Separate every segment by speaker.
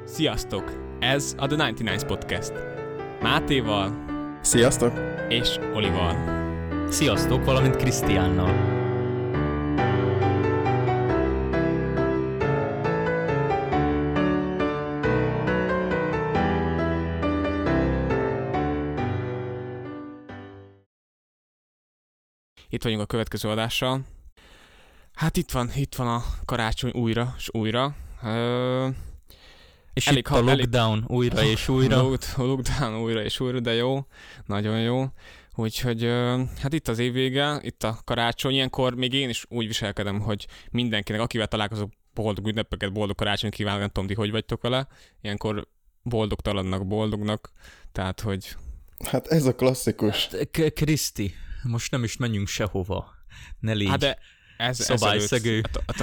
Speaker 1: Sziasztok! Ez a The 99 Podcast. Mátéval.
Speaker 2: Sziasztok!
Speaker 1: És Olival.
Speaker 3: Sziasztok, valamint Krisztiánnal.
Speaker 1: Itt vagyunk a következő adással. Hát itt van a karácsony újra és újra.
Speaker 3: És itt a lockdown újra és újra.
Speaker 1: Lockdown újra és újra, de jó. Nagyon jó. Úgyhogy hát itt az évvége, itt a karácsony. Ilyenkor még én is úgy viselkedem, hogy mindenkinek, akivel találkozok, boldog ünnepeket, boldog karácsony kívánok, nem tudom, ti hogy vagytok vele. Ilyenkor boldogtalannak, boldognak. Tehát, hogy...
Speaker 2: Hát ez a klasszikus.
Speaker 3: Kriszti, most nem is menjünk sehova. Ne légy.
Speaker 1: Hát de
Speaker 3: szabályszegő.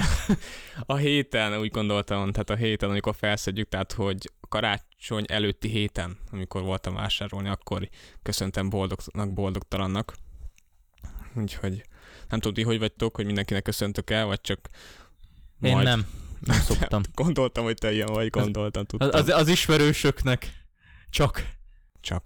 Speaker 1: A héten úgy gondoltam, tehát a héten, amikor felszedjük, tehát hogy a karácsony előtti héten, amikor voltam vásárolni, akkor köszöntem boldognak, boldogtalannak. Úgyhogy nem tudom, ti hogy vagytok, hogy mindenkinek köszöntök el, vagy csak
Speaker 3: én
Speaker 1: majd...
Speaker 3: nem szoktam.
Speaker 1: Gondoltam, hogy te ilyen vagy, gondoltam, tudtam.
Speaker 3: Az ismerősöknek csak.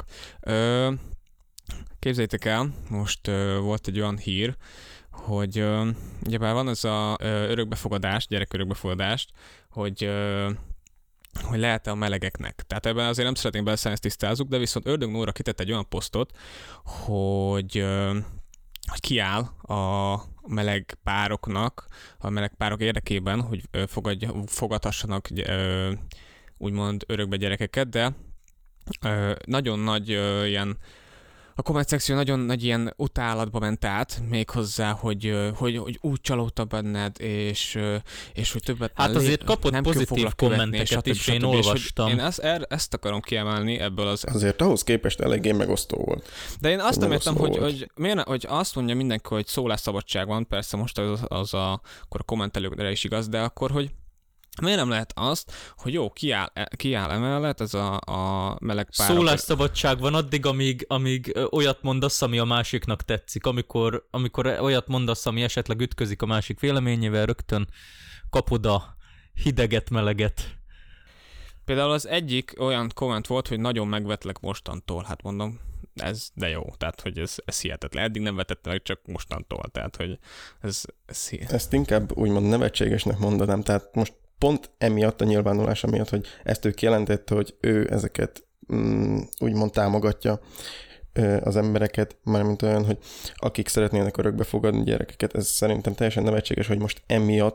Speaker 1: Képzeljétek el, most volt egy olyan hír, hogy ugyebár van ez a örökbefogadás, gyerekörökbefogadást, hogy lehet-e a melegeknek. Tehát ebben azért nem szeretnénk beleszállni, ezt tisztázzuk, de viszont Ördög Nóra kitett egy olyan posztot, hogy kiáll a meleg pároknak, a meleg párok érdekében, hogy fogadhassanak úgymond örökbe gyerekeket, de nagyon nagy ilyen a komment szekció nagyon nagy ilyen utálatba ment át, méghozzá, hogy úgy csalódta benned, és hogy többet
Speaker 3: hát azért kapott nem pozitív kommenteket is, én olvastam.
Speaker 1: Én ezt akarom kiemelni ebből az...
Speaker 2: Azért ahhoz képest eléggé megosztó volt.
Speaker 1: De én azt nem értem, hogy miért, hogy azt mondja mindenki, hogy szólásszabadság van, persze most akkor a kommentelőkre is igaz, de akkor, hogy miért nem lehet azt, hogy jó, kiáll emellett ez a meleg párok...
Speaker 3: Szólásszabadság van addig, amíg olyat mondasz, ami a másiknak tetszik. Amikor olyat mondasz, ami esetleg ütközik a másik véleményével, rögtön kapod a hideget, meleget.
Speaker 1: Például az egyik olyan komment volt, hogy nagyon megvetlek mostantól. Hát mondom, de jó, tehát hogy ez hihetetlen. Eddig nem vetette meg, csak mostantól. Tehát, hogy ez
Speaker 2: ezt inkább úgymond nevetségesnek mondanám, tehát most pont emiatt a nyilvánulása miatt, hogy ezt ő kijelentette, hogy ő ezeket úgymond támogatja az embereket, mármint olyan, hogy akik szeretnének örökbe fogadni gyerekeket, ez szerintem teljesen nevetséges, hogy most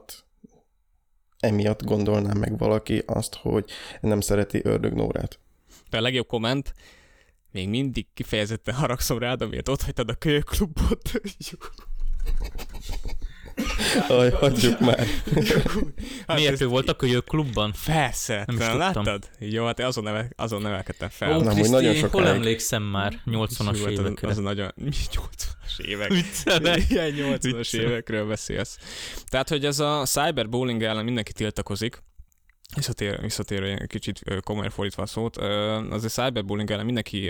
Speaker 2: emiatt gondolná meg valaki azt, hogy nem szereti Ördög Nórát.
Speaker 1: De a legjobb komment, még mindig kifejezetten haragszom rád, amiért ott hagytad a kölyökklubot.
Speaker 2: Hagyjuk már.
Speaker 1: Hát
Speaker 3: miért ő volt a kölyökklubban?
Speaker 1: Persze, nem láttad? Jó, hát azon nevelkedtem fel.
Speaker 3: Ó, Kriszti, hol emlékszem már 80-as évekre?
Speaker 1: Az nagyon... 80-as évek? Ilyen 80-as évekről beszélsz. Tehát, hogy ez a cyberbullying ellen mindenki tiltakozik, visszatér egy kicsit komoly fordítva a szót, az a cyberbullying ellen mindenki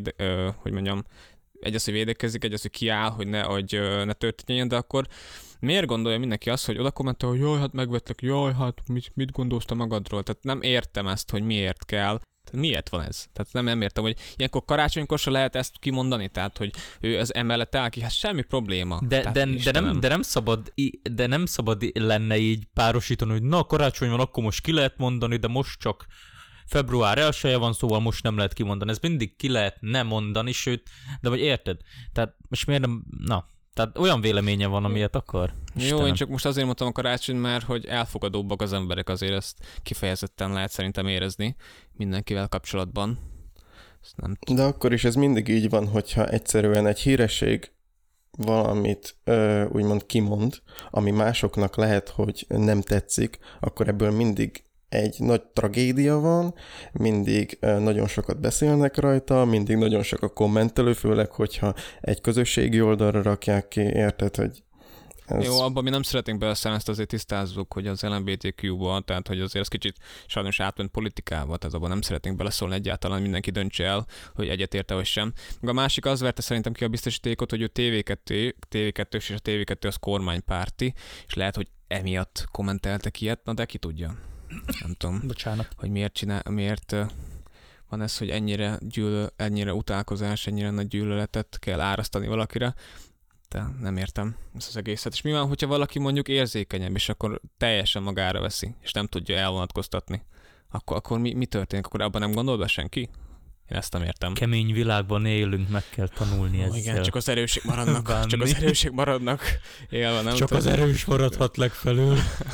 Speaker 1: egy az, hogy védekezik, egy az, hogy kiáll, hogy ne történjen, de akkor miért gondolja mindenki azt, hogy oda kommentel, hogy jaj, hát megvetlek, jaj, hát mit gondolsz te magadról? Tehát nem értem ezt, hogy miért kell. Tehát miért van ez? Tehát nem értem, hogy ilyenkor karácsonykor se lehet ezt kimondani, tehát hogy ő az emellett áll ki, hát semmi probléma.
Speaker 3: De nem szabad lenne így párosítani, hogy na, karácsony van, akkor most ki lehet mondani, de most csak február 1-je van, szóval most nem lehet kimondani. Ez mindig ki lehet nem mondani, sőt, de vagy érted? Tehát most miért nem, tehát olyan véleménye van, amilyet akar.
Speaker 1: Jó, én csak most azért mondtam a karácsony, mert hogy elfogadóbbak az emberek, azért ezt kifejezetten lehet szerintem érezni mindenkivel kapcsolatban.
Speaker 2: De akkor is ez mindig így van, hogyha egyszerűen egy híresség valamit úgymond kimond, ami másoknak lehet, hogy nem tetszik, akkor ebből mindig egy nagy tragédia van, mindig nagyon sokat beszélnek rajta, mindig nagyon sok a kommentelő, főleg, hogyha egy közösségi oldalra rakják ki, érted, hogy ez...
Speaker 1: Jó, abban mi nem szeretnénk beleszállni, ezt azért tisztázzuk, hogy az LMBTQ-ban, tehát hogy azért ez kicsit sajnos átment politikába, tehát abban nem szeretnénk beleszólni egyáltalán, mindenki döntse el, hogy egyetérte vagy sem. Meg a másik az verte szerintem ki a biztosítékot, hogy ő TV2-s, és a TV2 az kormánypárti, és lehet, hogy emiatt kommenteltek ilyet, na de ki tudja. nem tudom,
Speaker 3: Bocsánat.
Speaker 1: hogy miért van ez, hogy ennyire utálkozás, ennyire nagy gyűlöletet kell árasztani valakire. De nem értem ezt az egészet. És mi van, hogyha valaki mondjuk érzékenyebb, és akkor teljesen magára veszi, és nem tudja elvonatkoztatni? Akkor mi történik? Akkor abban nem gondol be senki? Én ezt nem értem.
Speaker 3: Kemény világban élünk, meg kell tanulni ezzel.
Speaker 1: Igen, csak az erőség maradnak. Csak az erőség maradnak. Élve, nem
Speaker 3: csak tudom. Az erős maradhat legfelül.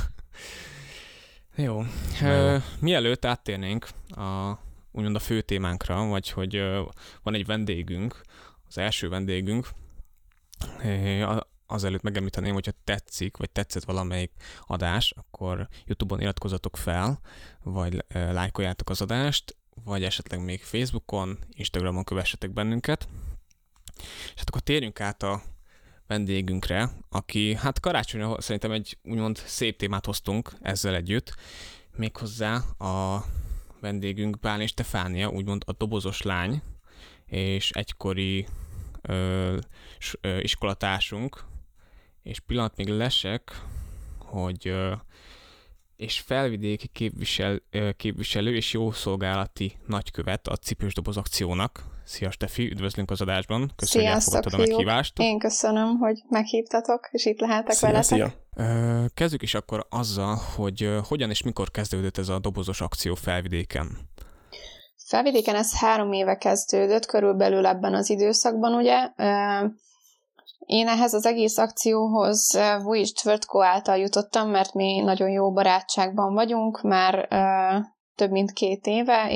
Speaker 1: Jó. Mielőtt áttérnénk úgymond a fő témánkra, vagy hogy van egy vendégünk, az első vendégünk, azelőtt megemlíteném, hogyha tetszik, vagy tetszett valamelyik adás, akkor YouTube-on iratkozzatok fel, vagy lájkoljátok az adást, vagy esetleg még Facebookon, Instagramon kövessetek bennünket. És hát akkor térjünk át a vendégünkre, aki hát karácsonyra szerintem egy úgymond szép témát hoztunk ezzel együtt, méghozzá a vendégünk Bálint Stefánia, úgymond a dobozos lány, és egykori iskolatársunk, és pillanat még lesek, hogy és felvidéki képviselő és jószolgálati nagykövet a Cipős Doboz akciónak. Szia Stefi, üdvözlünk az adásban. Köszönjük, hogy elfogadtad a meghívást.
Speaker 4: Én köszönöm, hogy meghívtatok, és itt lehetek veletek.
Speaker 2: Szia.
Speaker 1: Kezdjük is akkor azzal, hogy hogyan és mikor kezdődött ez a dobozos akció Felvidéken.
Speaker 4: Felvidéken ez 3 éve kezdődött, körülbelül ebben az időszakban, ugye. Én ehhez az egész akcióhoz Vujic Tvrtko által jutottam, mert mi nagyon jó barátságban vagyunk, már több mint 2 éve,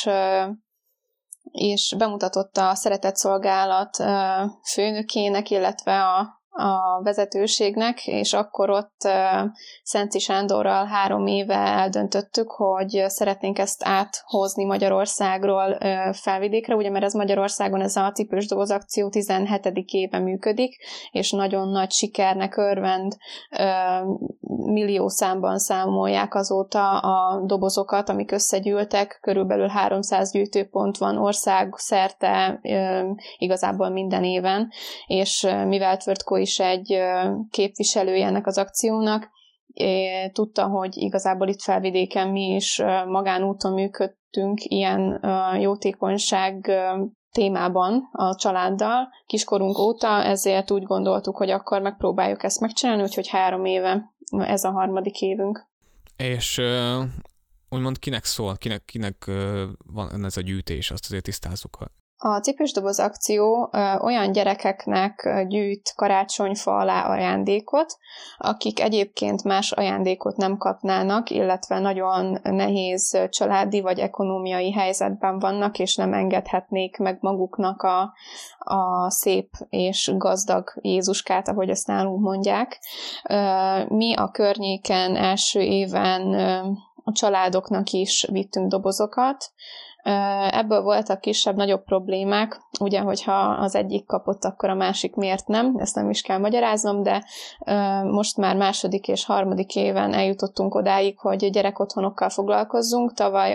Speaker 4: és bemutatotta a Szeretett Szolgálat főnökének, illetve a vezetőségnek, és akkor ott Szenci Sándorral 3 éve eldöntöttük, hogy szeretnénk ezt áthozni Magyarországról Felvidékre, ugye mert ez Magyarországon ez a Cipős Doboz akció 17. éve működik, és nagyon nagy sikernek örvend, millió számban számolják azóta a dobozokat, amik összegyűltek, körülbelül 300 gyűjtőpont van országszerte, igazából minden éven, és mivel Tvrtko is egy képviselője ennek az akciónak, tudta, hogy igazából itt Felvidéken mi is magánúton működtünk ilyen jótékonyság témában a családdal kiskorunk óta, ezért úgy gondoltuk, hogy akkor megpróbáljuk ezt megcsinálni, úgyhogy 3 éve ez a 3. évünk.
Speaker 1: És úgymond kinek szól, kinek van ez a gyűjtés, azt azért tisztázzuk.
Speaker 4: A Cipős Doboz akció olyan gyerekeknek gyűjt karácsonyfa alá ajándékot, akik egyébként más ajándékot nem kapnának, illetve nagyon nehéz családi vagy ekonomiai helyzetben vannak, és nem engedhetnék meg maguknak a szép és gazdag Jézuskát, ahogy ezt nálunk mondják. Mi a környéken első éven a családoknak is vittünk dobozokat. Ebből voltak kisebb-nagyobb problémák, ugye, hogyha az egyik kapott, akkor a másik miért nem, ezt nem is kell magyaráznom, de most már 2. és 3. éven eljutottunk odáig, hogy gyerekotthonokkal foglalkozzunk. Tavaly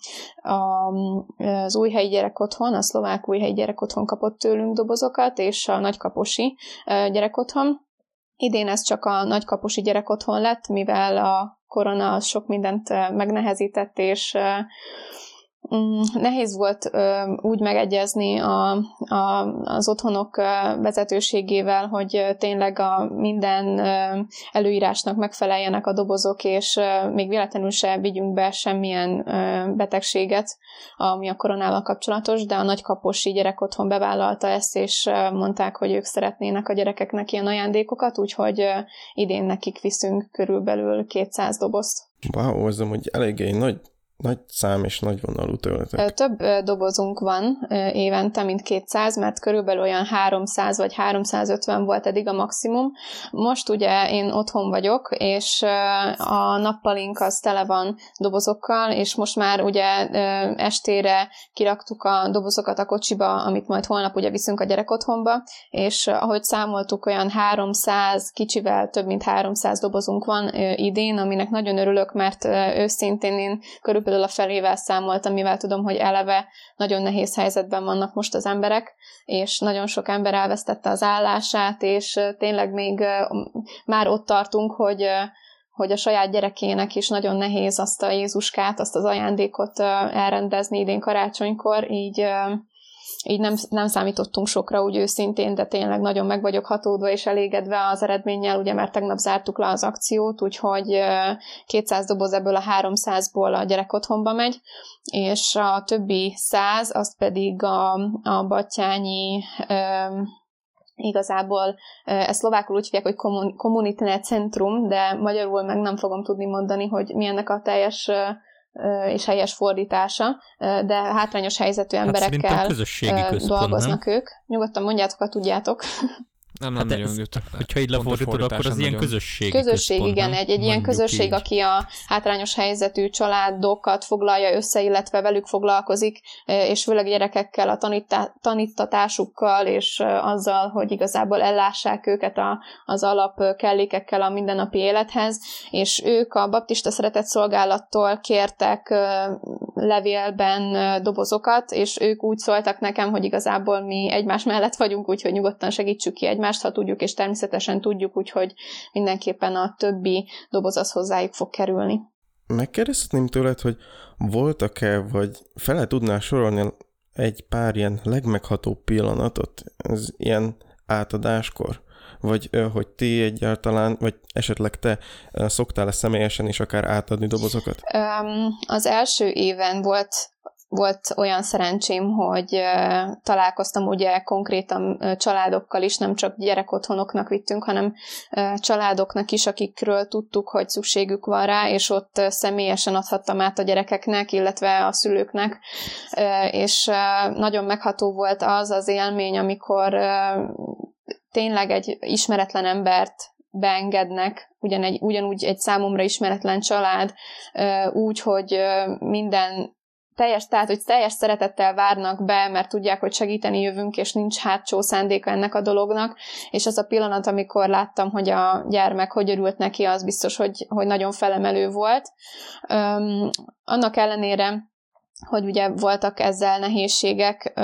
Speaker 4: az Újhelyi Gyerekotthon, a Szlovák Újhelyi Gyerekotthon kapott tőlünk dobozokat, és a Nagykaposi Gyerekotthon. Idén ez csak a Nagykaposi Gyerekotthon lett, mivel a korona sok mindent megnehezített, és nehéz volt úgy megegyezni az otthonok vezetőségével, hogy tényleg a minden előírásnak megfeleljenek a dobozok, és még véletlenül se vigyünk be semmilyen betegséget, ami a koronával kapcsolatos, de a Nagykaposi Gyerekotthon bevállalta ezt, és mondták, hogy ők szeretnének a gyerekeknek ilyen ajándékokat, úgyhogy idén nekik viszünk körülbelül 200 dobozt.
Speaker 2: Wow, az hogy eléggé nagy szám és nagy vonalú tőletek.
Speaker 4: Több dobozunk van évente, mint 200, mert körülbelül olyan 300 vagy 350 volt eddig a maximum. Most ugye én otthon vagyok, és a nappalink az tele van dobozokkal, és most már ugye estére kiraktuk a dobozokat a kocsiba, amit majd holnap ugye viszünk a gyerekotthonba, és ahogy számoltuk, olyan 300, kicsivel több mint 300 dobozunk van idén, aminek nagyon örülök, mert őszintén én körülbelül a felével számoltam, mivel tudom, hogy eleve nagyon nehéz helyzetben vannak most az emberek, és nagyon sok ember elvesztette az állását, és tényleg még már ott tartunk, hogy a saját gyerekének is nagyon nehéz azt a Jézuskát, azt az ajándékot elrendezni idén karácsonykor, így nem számítottunk sokra úgy őszintén, de tényleg nagyon meg vagyok hatódva és elégedve az eredménnyel, ugye mert tegnap zártuk le az akciót, úgyhogy 200 doboz ebből a 300-ból a gyerek otthonba megy, és a többi 100, azt pedig a Battyányi igazából ezt szlovákul úgy hívják, hogy Komunitné Centrum, de magyarul meg nem fogom tudni mondani, hogy mi ennek a teljes és helyes fordítása, de hátrányos helyzetű emberekkel dolgoznak ők. Nyugodtan mondjátok, ha tudjátok.
Speaker 1: Nem nagyon jutok.
Speaker 3: Hogyha így lefordítod, akkor az ilyen közösség,
Speaker 4: igen, egy ilyen közösség, így, aki a hátrányos helyzetű családokat foglalja össze, illetve velük foglalkozik, és főleg gyerekekkel, a tanítatásukkal, és azzal, hogy igazából ellássák őket az alap kellékekkel a mindennapi élethez, és ők a Baptista Szeretetszolgálattól kértek levélben dobozokat, és ők úgy szóltak nekem, hogy igazából mi egymás mellett vagyunk, úgyhogy nyugodtan segítsük ki egymást, ha tudjuk, és természetesen tudjuk, úgyhogy mindenképpen a többi doboz az hozzájuk fog kerülni.
Speaker 2: Megkérdezhetném tőled, hogy voltak-e, vagy fel tudnál sorolni egy pár ilyen legmeghatóbb pillanatot, ez ilyen átadáskor? Vagy hogy ti egyáltalán, vagy esetleg te szoktál-e személyesen is akár átadni dobozokat?
Speaker 4: Az első éven volt olyan szerencsém, hogy találkoztam ugye konkrétan családokkal is, nem csak gyerekotthonoknak vittünk, hanem családoknak is, akikről tudtuk, hogy szükségük van rá, és ott személyesen adhattam át a gyerekeknek, illetve a szülőknek, és nagyon megható volt az élmény, amikor tényleg egy ismeretlen embert beengednek, ugyanúgy egy számomra ismeretlen család, úgy, hogy minden teljes szeretettel várnak be, mert tudják, hogy segíteni jövünk, és nincs hátsó szándéka ennek a dolognak, és az a pillanat, amikor láttam, hogy a gyermek hogy örült neki, az biztos, hogy nagyon felemelő volt. Annak ellenére, hogy ugye voltak ezzel nehézségek,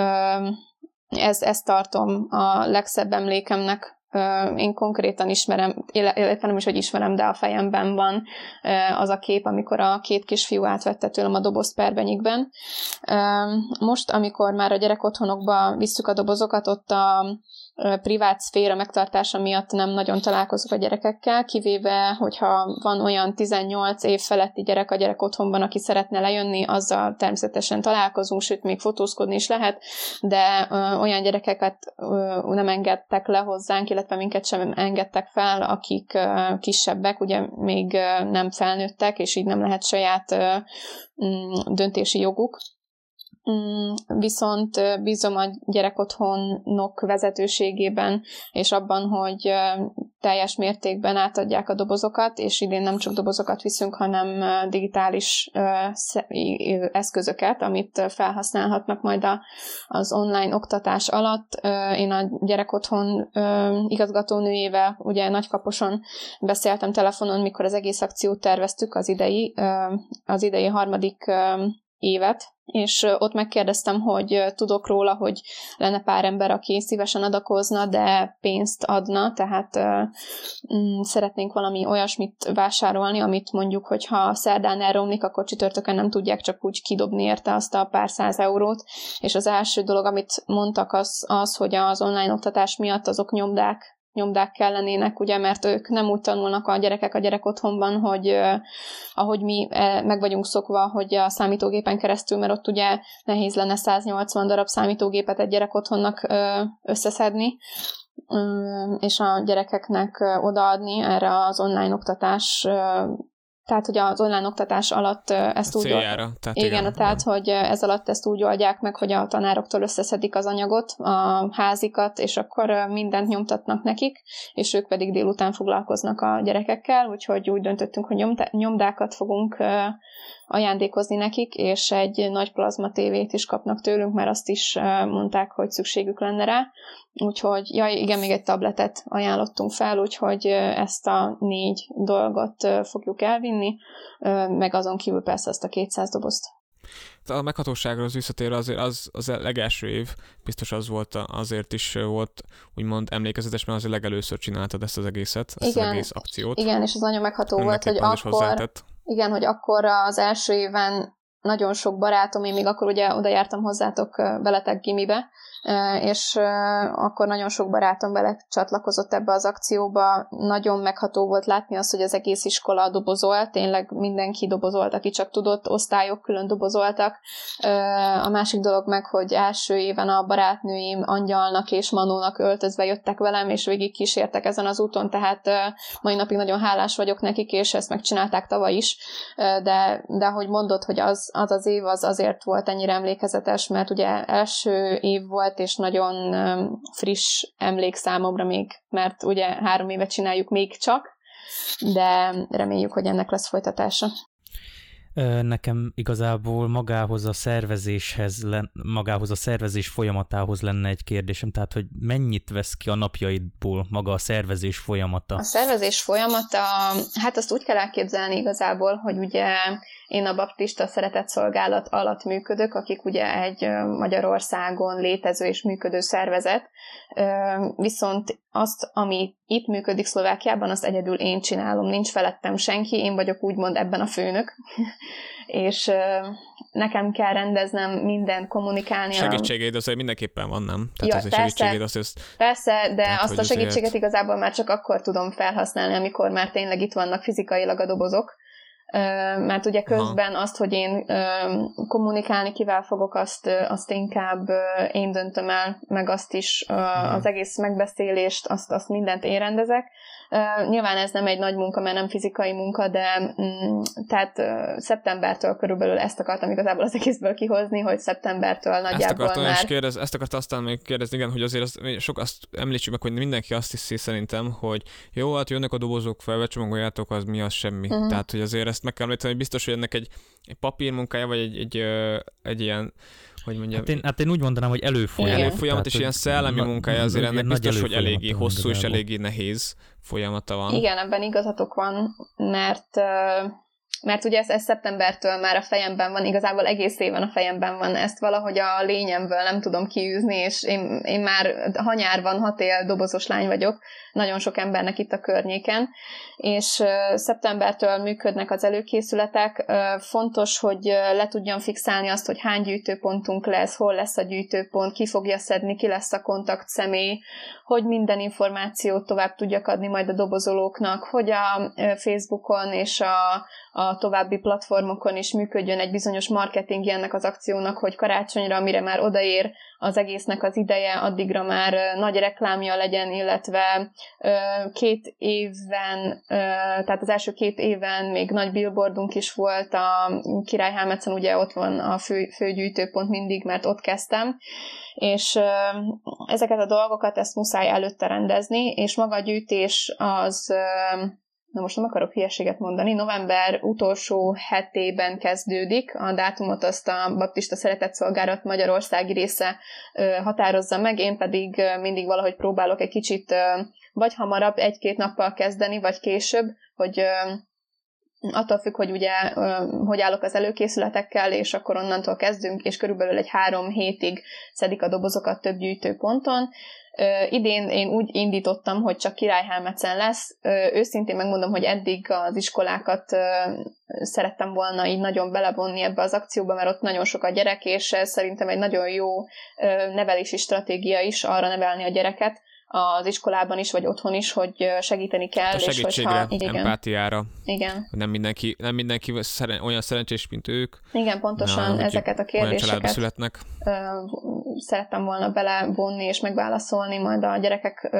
Speaker 4: ezt tartom a legszebb emlékemnek. Én konkrétan ismerem, illetve nem is, hogy ismerem, de a fejemben van az a kép, amikor a 2 kisfiú átvette tőlem a dobozt Perbenyikben. Most, amikor már a gyerekotthonokba visszük a dobozokat, ott a privát szféra megtartása miatt nem nagyon találkozok a gyerekekkel, kivéve, hogyha van olyan 18 év feletti gyerek a gyerekotthonban, aki szeretne lejönni, azzal természetesen találkozunk, sőt, még fotózkodni is lehet, de olyan gyerekeket nem engedtek le hozzánk, illetve minket sem engedtek fel, akik kisebbek, ugye még nem felnőttek, és így nem lehet saját döntési joguk. Viszont bízom a gyerekotthonok vezetőségében, és abban, hogy teljes mértékben átadják a dobozokat, és idén nem csak dobozokat viszünk, hanem digitális eszközöket, amit felhasználhatnak majd az online oktatás alatt. Én a gyerekotthon igazgatónőjével ugye Nagykaposon beszéltem telefonon, mikor az egész akciót terveztük, az idei 3. évet, és ott megkérdeztem, hogy tudok róla, hogy lenne pár ember, aki szívesen adakozna, de pénzt adna, tehát szeretnénk valami olyasmit vásárolni, amit mondjuk, hogyha szerdán elromlik, akkor csütörtökön nem tudják csak úgy kidobni érte azt a pár 100 eurót, és az első dolog, amit mondtak, az, hogy az online oktatás miatt azok nyomdák kellenének, ugye, mert ők nem úgy tanulnak a gyerekek a gyerekotthonban, hogy ahogy mi meg vagyunk szokva, hogy a számítógépen keresztül, mert ott ugye nehéz lenne 180 darab számítógépet egy gyerekotthonnak összeszedni, és a gyerekeknek odaadni erre az online oktatás. Tehát, hogy az online oktatás alatt ezt úgy...
Speaker 1: Céljára.
Speaker 4: Tehát, hogy ez alatt ezt úgy oldják meg, hogy a tanároktól összeszedik az anyagot, a házikat, és akkor mindent nyomtatnak nekik, és ők pedig délután foglalkoznak a gyerekekkel, úgyhogy úgy döntöttünk, hogy nyomdákat fogunk ajándékozni nekik, és egy nagy plazma tévét is kapnak tőlünk, mert azt is mondták, hogy szükségük lenne rá. Úgyhogy, igen, még egy tabletet ajánlottunk fel, úgyhogy ezt a 4 dolgot fogjuk elvinni, meg azon kívül persze azt a 200 dobozt.
Speaker 1: A meghatóságra az visszatérve azért az legelső év biztos az volt, azért is volt úgymond emlékezetes, mert azért legelőször csináltad ezt az egészet, ezt az egész akciót.
Speaker 4: Igen, és ez nagyon megható volt, hogy akkor akkor az első éven nagyon sok barátom, én még akkor ugye oda jártam hozzátok veletek gimibe, és akkor nagyon sok barátom belecsatlakozott ebbe az akcióba. Nagyon megható volt látni azt, hogy az egész iskola dobozolt, tényleg mindenki dobozolt, aki csak tudott, osztályok külön dobozoltak. A másik dolog meg, hogy első éven a barátnőim Angyalnak és Manónak öltözve jöttek velem, és végig kísértek ezen az úton, tehát mai napig nagyon hálás vagyok nekik, és ezt megcsinálták tavaly is, de ahogy mondod, hogy az év az azért volt ennyire emlékezetes, mert ugye első év volt, és nagyon friss emlék számomra még, mert ugye 3 évet csináljuk még csak, de reméljük, hogy ennek lesz folytatása.
Speaker 3: Nekem igazából magához a szervezés folyamatához lenne egy kérdésem, tehát hogy mennyit vesz ki a napjaidból maga a szervezés folyamata? A
Speaker 4: szervezés folyamata, hát azt úgy kell elképzelni igazából, hogy ugye én a Baptista Szeretetszolgálat alatt működök, akik ugye egy Magyarországon létező és működő szervezet, viszont azt, ami itt működik Szlovákiában, azt egyedül én csinálom, nincs felettem senki, én vagyok úgymond ebben a főnök, és nekem kell rendeznem mindent, kommunikálni.
Speaker 1: Segítséged azért mindenképpen van, nem? Tehát
Speaker 4: ja,
Speaker 1: azért segítséged
Speaker 4: persze, de tehát, azt a segítséget igazából már csak akkor tudom felhasználni, amikor már tényleg itt vannak fizikailag a dobozok, mert ugye közben azt, hogy én kommunikálni kivel fogok, azt inkább én döntöm el, meg azt is az egész megbeszélést, azt mindent én rendezek. Nyilván ez nem egy nagy munka, mert nem fizikai munka, de tehát szeptembertől körülbelül ezt akartam igazából az egészből kihozni, hogy szeptembertől nagyjából
Speaker 1: ezt akartam aztán még kérdezni, igen, hogy azért azt említsük meg, hogy mindenki azt hiszi szerintem, hogy jó, hát jönnek a dobozok, felbecsomagoljátok, az mi az semmi. Tehát, hogy azért ezt meg kell említeni, hogy biztos, hogy ennek egy papírmunkája, vagy egy ilyen, hogy mondjam...
Speaker 3: Hát én úgy mondanám, hogy
Speaker 1: előfolyamat és ilyen szellemi munkája azért ennek biztos, hogy eléggé hosszú és eléggé nehéz folyamata van.
Speaker 4: Igen, ebben igazatok van, mert ugye ez szeptembertől már a fejemben van, igazából egész éven a fejemben van, ezt valahogy a lényemből nem tudom kiűzni, és én már nyár van, 6 év dobozos lány vagyok, nagyon sok embernek itt a környéken, és szeptembertől működnek az előkészületek. Fontos, hogy le tudjam fixálni azt, hogy hány gyűjtőpontunk lesz, hol lesz a gyűjtőpont, ki fogja szedni, ki lesz a kontakt személy, hogy minden információt tovább tudjak adni majd a dobozolóknak, hogy a Facebookon és a további platformokon is működjön egy bizonyos marketingje ennek az akciónak, hogy karácsonyra, mire már odaér az egésznek az ideje, addigra már nagy reklámja legyen, illetve 2 évben, tehát az első 2 éven még nagy billboardunk is volt, a Királyhámecen ugye ott van a fő gyűjtőpont mindig, mert ott kezdtem, és ezeket a dolgokat ezt muszáj előtte rendezni, és maga a gyűjtés az... Na most nem akarok hülyeséget mondani, november utolsó hetében kezdődik, a dátumot azt a Baptista Szeretetszolgálat magyarországi része határozza meg, én pedig mindig valahogy próbálok egy kicsit vagy hamarabb 1-2 nappal kezdeni, vagy később, hogy attól függ, hogy ugye hogy állok az előkészületekkel, és akkor onnantól kezdünk, és körülbelül egy 3 hétig szedik a dobozokat több gyűjtőponton. Idén én úgy indítottam, hogy csak Királyhámecen lesz. Őszintén megmondom, hogy eddig az iskolákat szerettem volna így nagyon belevonni ebbe az akcióba, mert ott nagyon sok a gyerek, és ez szerintem egy nagyon jó nevelési stratégia is arra nevelni a gyereket, az iskolában is, vagy otthon is, hogy segíteni kell.
Speaker 1: A segítségre, és empátiára.
Speaker 4: Igen.
Speaker 1: Nem mindenki olyan szerencsés, mint ők.
Speaker 4: Igen, pontosan ezeket a kérdéseket
Speaker 1: születnek.
Speaker 4: Szerettem volna belevonni és megválaszolni majd a gyerekek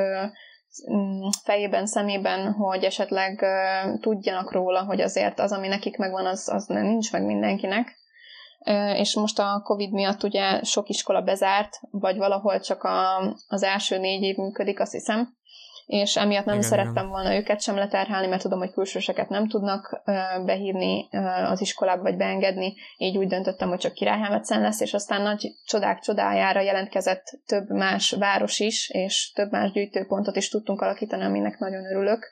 Speaker 4: fejében, szemében, hogy esetleg tudjanak róla, hogy azért az, ami nekik megvan, az nincs meg mindenkinek. És most a Covid miatt ugye sok iskola bezárt, vagy valahol csak az első 4 év működik, azt hiszem, és emiatt nem szerettem volna őket sem leterhelni, mert tudom, hogy külsőseket nem tudnak behívni az iskolába, vagy beengedni, így úgy döntöttem, hogy csak Királyhámecen lesz, és aztán nagy csodák csodájára jelentkezett több más város is, és több más gyűjtőpontot is tudtunk alakítani, aminek nagyon örülök,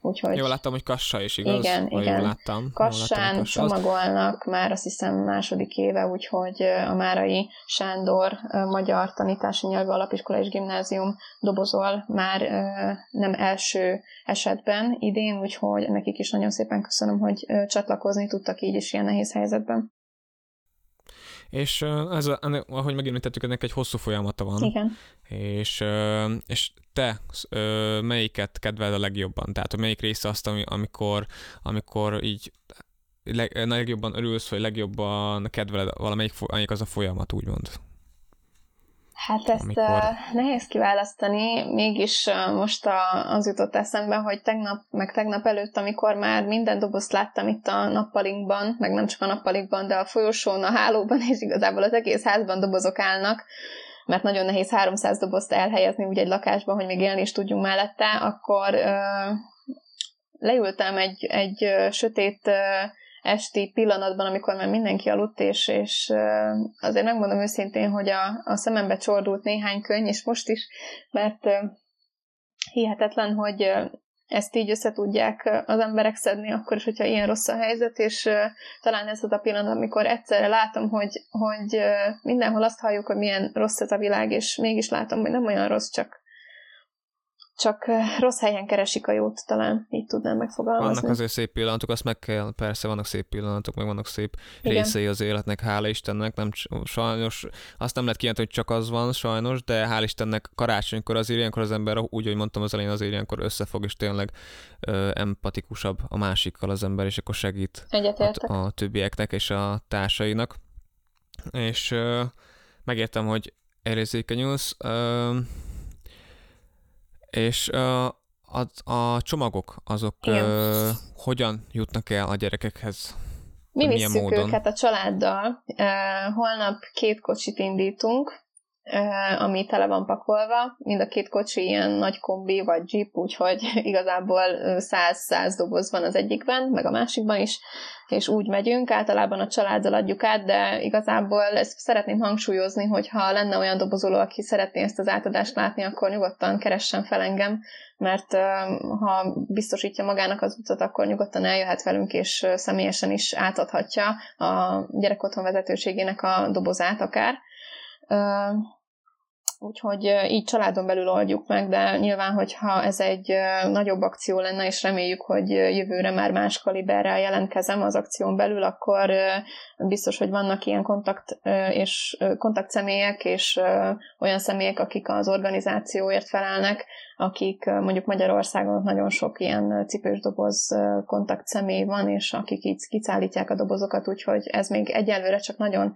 Speaker 4: Úgyhogy...
Speaker 1: Jól láttam, hogy Kassa is, igaz?
Speaker 4: Igen.
Speaker 1: Jól láttam.
Speaker 4: Kassán csomagolnak már azt hiszem második éve, úgyhogy a Márai Sándor Magyar Tanítási Nyelvű Alapiskola és Gimnázium dobozol már nem első esetben idén, úgyhogy nekik is nagyon szépen köszönöm, hogy csatlakozni tudtak így is ilyen nehéz helyzetben.
Speaker 1: És ahogy megemlítettük, ennek egy hosszú folyamata van.
Speaker 4: Igen.
Speaker 1: És te melyiket kedveled a legjobban? Tehát melyik része azt, amikor így legjobban örülsz, vagy legjobban kedveled valamelyik az a folyamat, úgymond?
Speaker 4: Hát ezt nehéz kiválasztani, mégis most az jutott eszembe, hogy tegnap előtt, amikor már minden dobozt láttam itt a nappalinkban, meg nem csak a nappalinkban, de a folyosón, a hálóban, és igazából az egész házban dobozok állnak, mert nagyon nehéz 300 dobozt elhelyezni úgy egy lakásban, hogy még élni is tudjunk mellette, akkor leültem egy sötét esti pillanatban, amikor már mindenki aludt, és azért megmondom őszintén, hogy a szemembe csordult néhány könny, és most is, mert hihetetlen, hogy ezt így össze tudják az emberek szedni, akkor is, hogyha ilyen rossz a helyzet, és talán ez az a pillanat, amikor egyszerre látom, hogy mindenhol azt halljuk, hogy milyen rossz ez a világ, és mégis látom, hogy nem olyan rossz, csak rossz helyen keresik a jót, talán így tudnám megfogalmazni.
Speaker 1: Vannak azért szép pillanatok, azt meg kell, persze vannak szép pillanatok, meg vannak szép részei az életnek, hála Istennek, nem sajnos, azt nem lehet kijelenteni, hogy csak az van, sajnos, de hál' Istennek karácsonykor azért ilyenkor az ember, úgy, ahogy mondtam az elején, azért ilyenkor összefog, és tényleg empatikusabb a másikkal az ember, és akkor segít a többieknek és a társainak. És megértem, hogy érzékenyülsz, és a csomagok, azok hogyan jutnak el a gyerekekhez?
Speaker 4: Mi visszük őket a családdal. Holnap 2 kocsit indítunk, ami tele van pakolva. Mind a 2 kocsi ilyen nagy kombi vagy jeep, úgyhogy igazából 100 doboz van az egyikben, meg a másikban is, és úgy megyünk, általában a családdal adjuk át, de igazából ezt szeretném hangsúlyozni, hogy ha lenne olyan dobozoló, aki szeretné ezt az átadást látni, akkor nyugodtan keressen fel engem, mert ha biztosítja magának az utat, akkor nyugodtan eljöhet velünk, és személyesen is átadhatja a gyerekotthon vezetőségének a dobozát akár. Úgyhogy így családon belül oldjuk meg, de nyilván, hogyha ez egy nagyobb akció lenne, és reméljük, hogy jövőre már más kaliberrel jelentkezem az akción belül, akkor biztos, hogy vannak ilyen kontaktszemélyek, és olyan személyek, akik az organizációért felelnek, akik mondjuk Magyarországon nagyon sok ilyen cipős doboz kontaktszemély van, és akik így kiszállítják a dobozokat, úgyhogy ez még egyelőre csak nagyon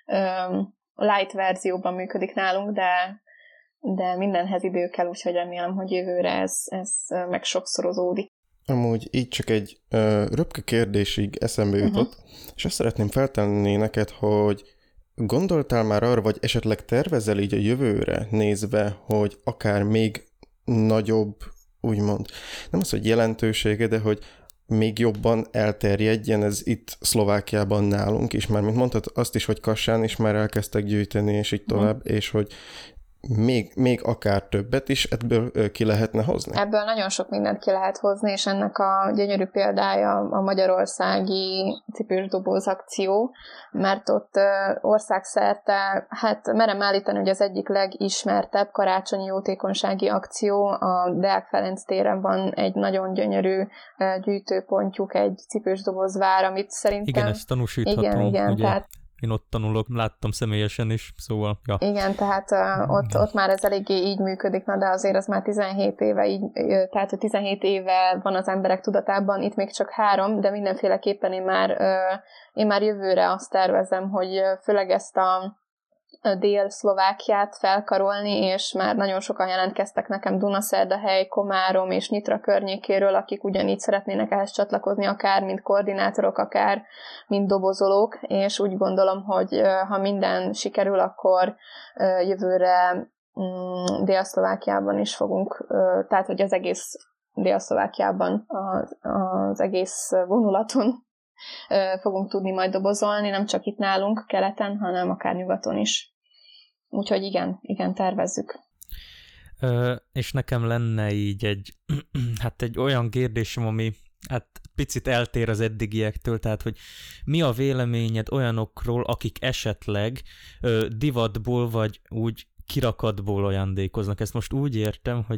Speaker 4: light verzióban működik nálunk, de mindenhez idő kell, úgyhogy remélem, hogy jövőre ez meg sokszorozódik.
Speaker 2: Amúgy így csak egy röpke kérdésig eszembe jutott, és azt szeretném feltenni neked, hogy gondoltál már arra, vagy esetleg tervezel így a jövőre nézve, hogy akár még nagyobb, úgymond, nem az, hogy jelentősége, de hogy még jobban elterjedjen ez itt Szlovákiában nálunk is, már mint mondtad azt is, hogy Kassán is már elkezdtek gyűjteni, és így tovább, és hogy még akár többet is ebből ki lehetne hozni? Ebből nagyon sok mindent ki lehet hozni, és ennek a gyönyörű példája a magyarországi cipős doboz akció, mert ott országszerte, hát merem állítani, hogy az egyik legismertebb karácsonyi jótékonysági akció, a Deák Ferenc téren van egy nagyon gyönyörű gyűjtőpontjuk, egy cipős dobozvár, amit szerintem...
Speaker 3: Igen, ezt tanúsíthatom.
Speaker 4: Igen, ugye? Tehát
Speaker 3: én ott tanulok, láttam személyesen is, szóval, ja.
Speaker 4: Igen, tehát ott már ez eléggé így működik, de azért az már 17 éve így, tehát 17 éve van az emberek tudatában, itt még csak 3, de mindenféleképpen én már jövőre azt tervezem, hogy főleg ezt a Dél-Szlovákiát felkarolni, és már nagyon sokan jelentkeztek nekem Dunaszerdahely, Komárom és Nyitra környékéről, akik ugyanígy szeretnének ehhez csatlakozni, akár mint koordinátorok, akár mint dobozolók, és úgy gondolom, hogy ha minden sikerül, akkor jövőre Dél-Szlovákiában is fogunk, tehát hogy az egész Dél-Szlovákiában, az egész vonulaton fogunk tudni majd dobozolni, nem csak itt nálunk, keleten, hanem akár nyugaton is. Úgyhogy igen, tervezzük.
Speaker 3: És nekem lenne így egy olyan kérdésem, ami picit eltér az eddigiektől, tehát, hogy mi a véleményed olyanokról, akik esetleg divatból vagy úgy kirakatból ajándékoznak. Ezt most úgy értem, hogy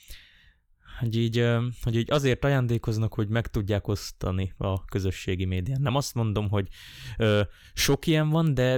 Speaker 3: így azért ajándékoznak, hogy meg tudják osztani a közösségi médián. Nem azt mondom, hogy sok ilyen van, de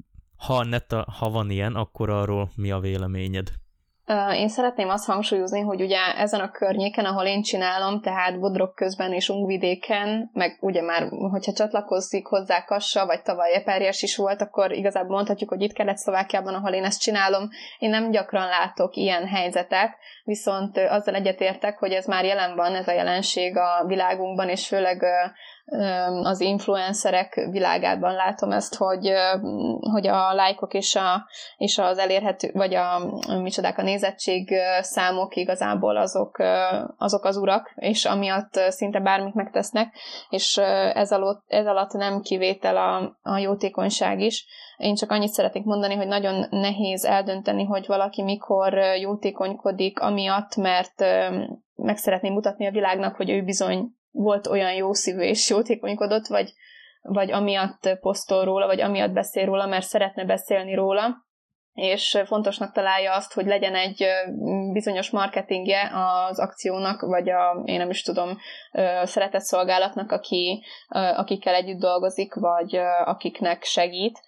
Speaker 3: ha van ilyen, akkor arról mi a véleményed?
Speaker 4: Én szeretném azt hangsúlyozni, hogy ugye ezen a környéken, ahol én csinálom, tehát Bodrog közben és Ungvidéken, meg ugye már, hogyha csatlakozik hozzá Kassa, vagy tavaly Eperjes is volt, akkor igazából mondhatjuk, hogy itt Kelet-Szlovákiában, ahol én ezt csinálom, én nem gyakran látok ilyen helyzetet, viszont azzal egyetértek, hogy ez már jelen van, ez a jelenség a világunkban, és főleg az influencerek világában látom ezt, hogy a lájkok és az elérhető, vagy a nézettség számok igazából azok az urak, és amiatt szinte bármit megtesznek, és ez alatt nem kivétel a jótékonyság is. Én csak annyit szeretnék mondani, hogy nagyon nehéz eldönteni, hogy valaki mikor jótékonykodik amiatt, mert meg szeretné mutatni a világnak, hogy ő bizony volt olyan jó szívű és jótékonykodott, vagy amiatt posztol róla, vagy amiatt beszél róla, mert szeretne beszélni róla, és fontosnak találja azt, hogy legyen egy bizonyos marketingje az akciónak, vagy én nem is tudom, szeretett szolgálatnak, akikkel együtt dolgozik, vagy akiknek segít.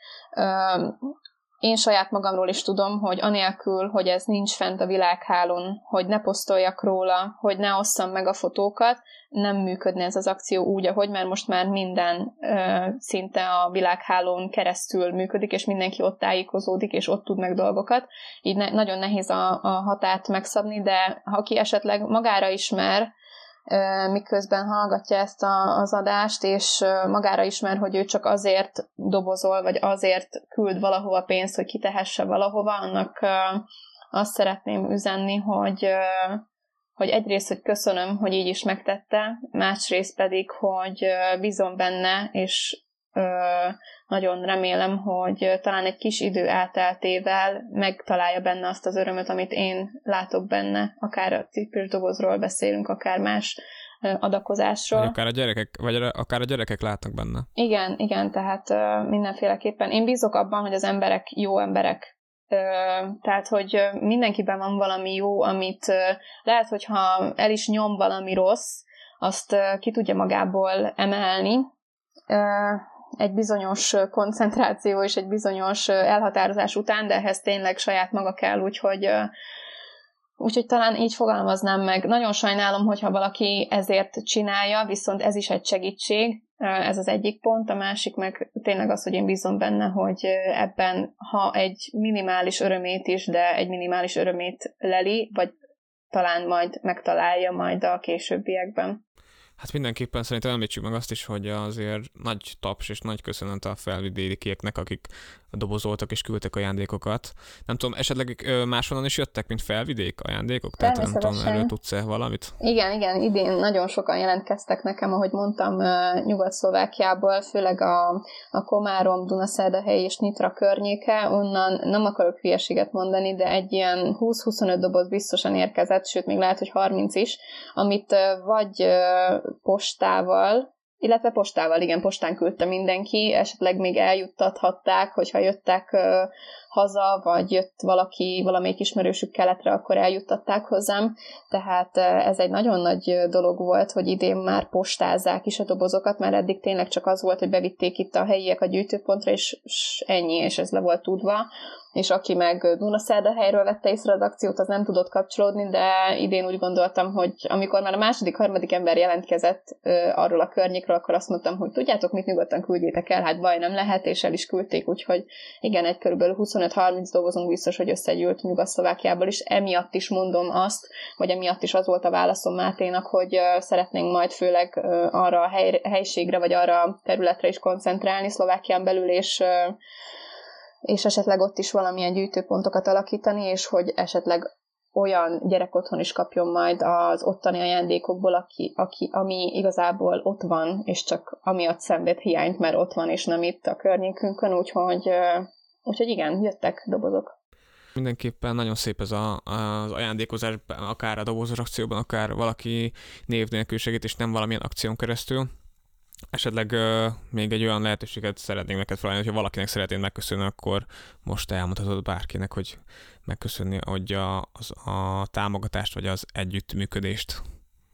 Speaker 4: Én saját magamról is tudom, hogy anélkül, hogy ez nincs fent a világhálón, hogy ne posztoljak róla, hogy ne osszam meg a fotókat, nem működne ez az akció úgy, ahogy, mert most már minden szinte a világhálón keresztül működik, és mindenki ott tájékozódik, és ott tud meg dolgokat. Így nagyon nehéz a határt megszabni, de ha ki esetleg magára ismer, miközben hallgatja ezt az adást, és magára ismer, hogy ő csak azért dobozol, vagy azért küld valahova pénzt, hogy kitehesse valahova, annak azt szeretném üzenni, hogy egyrészt, hogy köszönöm, hogy így is megtette, másrészt pedig, hogy bízom benne, és nagyon remélem, hogy talán egy kis idő elteltével megtalálja benne azt az örömöt, amit én látok benne, akár a cipős dobozról beszélünk, akár más adakozásról.
Speaker 1: Vagy akár a gyerekek látnak benne.
Speaker 4: Igen, tehát mindenféleképpen. Én bízok abban, hogy az emberek jó emberek. Tehát, hogy mindenkiben van valami jó, amit lehet, hogyha el is nyom valami rossz, azt ki tudja magából emelni. Egy bizonyos koncentráció és egy bizonyos elhatározás után, de ehhez tényleg saját maga kell, úgyhogy talán így fogalmaznám meg. Nagyon sajnálom, hogyha valaki ezért csinálja, viszont ez is egy segítség, ez az egyik pont, a másik meg tényleg az, hogy én bízom benne, hogy ebben, ha egy minimális örömét is, de egy minimális örömét leli, vagy talán majd megtalálja majd a későbbiekben.
Speaker 1: Hát mindenképpen szerintem említsük meg azt is, hogy azért nagy taps és nagy köszönet a felvidékieknek, akik dobozoltak és küldtek ajándékokat. Nem tudom, esetleg máshonnan is jöttek, mint felvidék ajándékok? Tehát nem tudom, erről tudsz-e valamit?
Speaker 4: Igen, idén nagyon sokan jelentkeztek nekem, ahogy mondtam, Nyugat-Szlovákiából, főleg a Komárom, Dunaszerdahely és Nyitra környéke, onnan nem akarok hülyeséget mondani, de egy ilyen 20-25 doboz biztosan érkezett, sőt, még lehet, hogy 30 is, amit vagy postával, igen, postán küldte mindenki, esetleg még eljuttathatták, hogyha jöttek haza, vagy jött valamelyik ismerősük keletre, akkor eljuttatták hozzám. Tehát ez egy nagyon nagy dolog volt, hogy idén már postázzák is a dobozokat, mert eddig tényleg csak az volt, hogy bevitték itt a helyiek a gyűjtőpontra, és ennyi, és ez le volt tudva. És aki meg Dunaszerdahelyről vette észre az akciót, az nem tudott kapcsolódni, de idén úgy gondoltam, hogy amikor már a harmadik ember jelentkezett arról a környékről, akkor azt mondtam, hogy tudjátok mit, nyugodtan küldjétek el, hát baj nem lehet, és el is küldték, úgyhogy igen, egy körülbelül 25-30 dobozunk biztos, hogy összegyűlt Nyugat-Szlovákiából is. Emiatt is mondom azt, vagy emiatt is az volt a válaszom Máténak, hogy szeretnénk majd főleg arra a helységre, vagy arra a területre is koncentrálni Szlovákián belül, és esetleg ott is valamilyen gyűjtőpontokat alakítani, és hogy esetleg olyan gyerek otthon is kapjon majd az ottani ajándékokból, ami igazából ott van, és csak amiatt szenved hiányt, mert ott van, és nem itt a környékünkön, úgyhogy igen, jöttek dobozok.
Speaker 1: Mindenképpen nagyon szép ez az ajándékozás, akár a dobozos akcióban, akár valaki név nélkül segít, és nem valamilyen akción keresztül. Esetleg még egy olyan lehetőséget szeretnénk neked felállni, hogyha valakinek szeretnéd megköszönni, akkor most elmondhatod bárkinek, hogy megköszönni hogy a támogatást, vagy az együttműködést.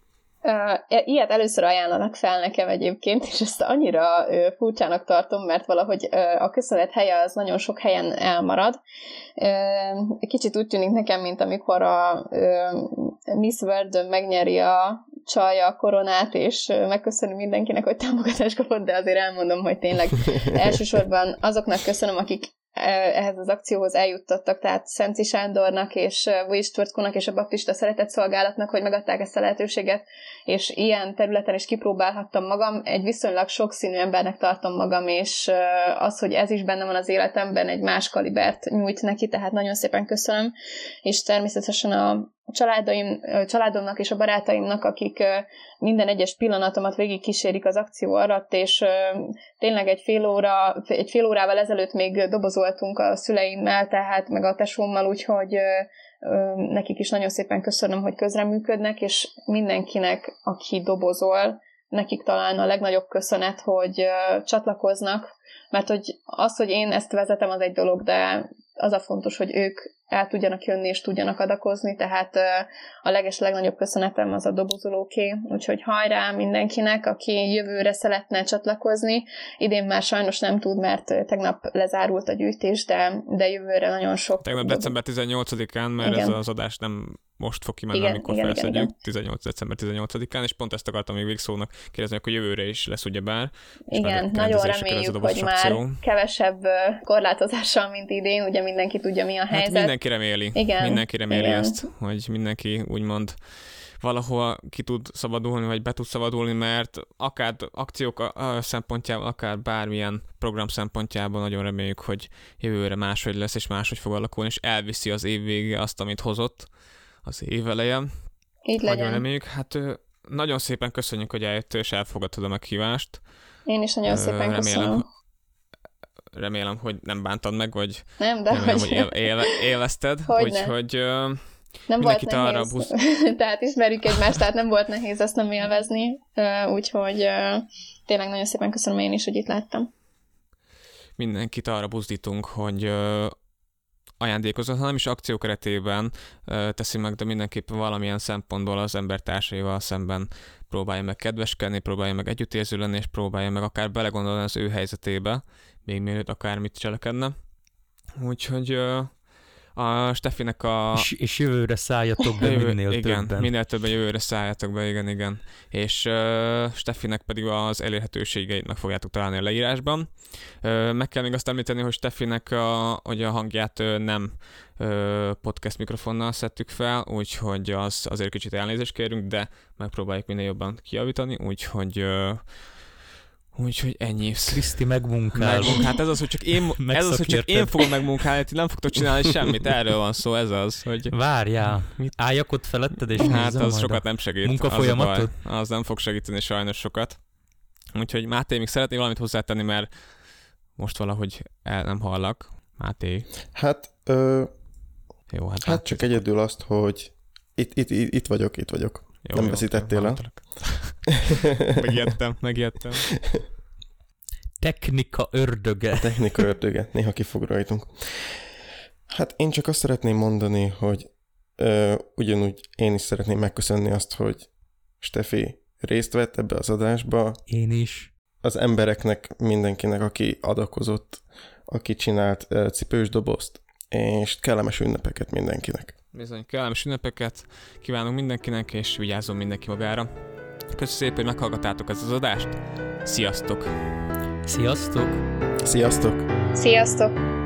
Speaker 4: Ilyet először ajánlanak fel nekem egyébként, és ezt annyira furcsának tartom, mert valahogy a köszönet helye az nagyon sok helyen elmarad. Kicsit úgy tűnik nekem, mint amikor a Miss World megnyeri a csalja a koronát, és megköszönöm mindenkinek, hogy támogatást kapott, de azért elmondom, hogy tényleg elsősorban azoknak köszönöm, akik ehhez az akcióhoz eljuttattak, tehát Szenci Sándornak és Vujic Tvrtkónak és a Baptista Szeretetszolgálatnak, hogy megadták ezt a lehetőséget, és ilyen területen is kipróbálhattam magam. Egy viszonylag sokszínű embernek tartom magam, és az, hogy ez is benne van az életemben, egy más kalibert nyújt neki, tehát nagyon szépen köszönöm, és természetesen a családomnak és a barátaimnak, akik minden egyes pillanatomat végig kísérik az akció alatt, és tényleg egy fél órával ezelőtt még dobozoltunk a szüleimmel, tehát meg a tesómmal, úgyhogy nekik is nagyon szépen köszönöm, hogy közreműködnek, és mindenkinek, aki dobozol, nekik talán a legnagyobb köszönet, hogy csatlakoznak, mert hogy az, hogy én ezt vezetem, az egy dolog, de az a fontos, hogy ők el tudjanak jönni és tudjanak adakozni, tehát a legnagyobb köszönetem az a dobozolóké, úgyhogy hajrá mindenkinek, aki jövőre szeretne csatlakozni. Idén már sajnos nem tud, mert tegnap lezárult a gyűjtés, de jövőre nagyon sok...
Speaker 1: Tegnap december 18-án, mert igen. Ez az adás nem most fog kimenni, amikor felszedjük, 18. december 18-án, és pont ezt akartam még végszónak kérdezni, akkor jövőre is lesz ugyebár.
Speaker 4: Igen, nagyon reméljük, hogy már kevesebb korlátozással, mint idén, ugye mindenki tudja, mi a helyzet. Hát
Speaker 1: mindenki reméli. Igen. Mindenki reméli ezt, hogy mindenki úgymond valahol ki tud szabadulni, vagy be tud szabadulni, mert akár akciók szempontjából, akár bármilyen program szempontjából nagyon reméljük, hogy jövőre máshogy lesz, és máshogy fog alakulni, és elviszi az év vége azt, amit hozott az év eleje.
Speaker 4: Így legyen.
Speaker 1: Nagyon reméljük. Hát nagyon szépen köszönjük, hogy eljöttél, és elfogadtad a meghívást.
Speaker 4: Én is nagyon szépen köszönöm.
Speaker 1: Remélem, hogy nem bántad meg, vagy
Speaker 4: nem, de
Speaker 1: remélem, hogy élvezted. Úgyhogy
Speaker 4: nem volt nehéz. Tehát ismerjük egymást, tehát nem volt nehéz ezt nem élvezni. Úgyhogy tényleg nagyon szépen köszönöm én is, hogy itt láttam.
Speaker 1: Mindenkit arra buzdítunk, hogy ajándékozott, hanem is akció keretében teszi meg, de mindenképpen valamilyen szempontból az embertársaival szemben próbálja meg kedveskedni, próbálja meg együttérző lenni, és próbálja meg akár belegondolni az ő helyzetébe, még mielőtt akármit cselekedne. Úgyhogy a Stefinek
Speaker 3: És jövőre szálljatok be minél többen.
Speaker 1: Igen, minél többen jövőre szálljatok be, igen. És Stefinek pedig az elérhetőségeit meg fogjátok találni a leírásban. Meg kell még azt említeni, hogy Stefinek hogy a hangját nem podcast mikrofonnal szedtük fel, úgyhogy azért kicsit elnézést kérünk, de megpróbáljuk minél jobban kijavítani, úgyhogy ennyi.
Speaker 3: Kriszti megmunkál.
Speaker 1: Hát ez az, hogy csak én fogom megmunkálni, ti nem fogtok csinálni semmit, erről van szó, ez az, hogy...
Speaker 3: Várjál, álljak ott feletted, és
Speaker 1: hát az sokat nem segít.
Speaker 3: Munkafolyamatot?
Speaker 1: Az nem fog segíteni sajnos sokat. Úgyhogy Máté, még szeretnél valamit hozzátenni, mert most valahogy el nem hallak. Máté.
Speaker 2: Hát,
Speaker 1: jó,
Speaker 2: hát csak egyedül azt, hogy itt vagyok. Jó, nem veszítettél el?
Speaker 1: Megijedtem.
Speaker 3: Technika ördöge.
Speaker 2: Néha kifog rajtunk. Hát én csak azt szeretném mondani, hogy ugyanúgy én is szeretném megköszönni azt, hogy Stefi részt vett ebbe az adásba.
Speaker 3: Én is.
Speaker 2: Az embereknek, mindenkinek, aki adakozott, aki csinált cipős dobozt, és kellemes ünnepeket mindenkinek.
Speaker 1: Bizony, kellemes ünnepeket kívánunk mindenkinek, és vigyázzon mindenki magára. Köszönöm szépen, hogy meghallgattátok ezt az adást. Sziasztok!
Speaker 3: Sziasztok!
Speaker 2: Sziasztok!
Speaker 4: Sziasztok!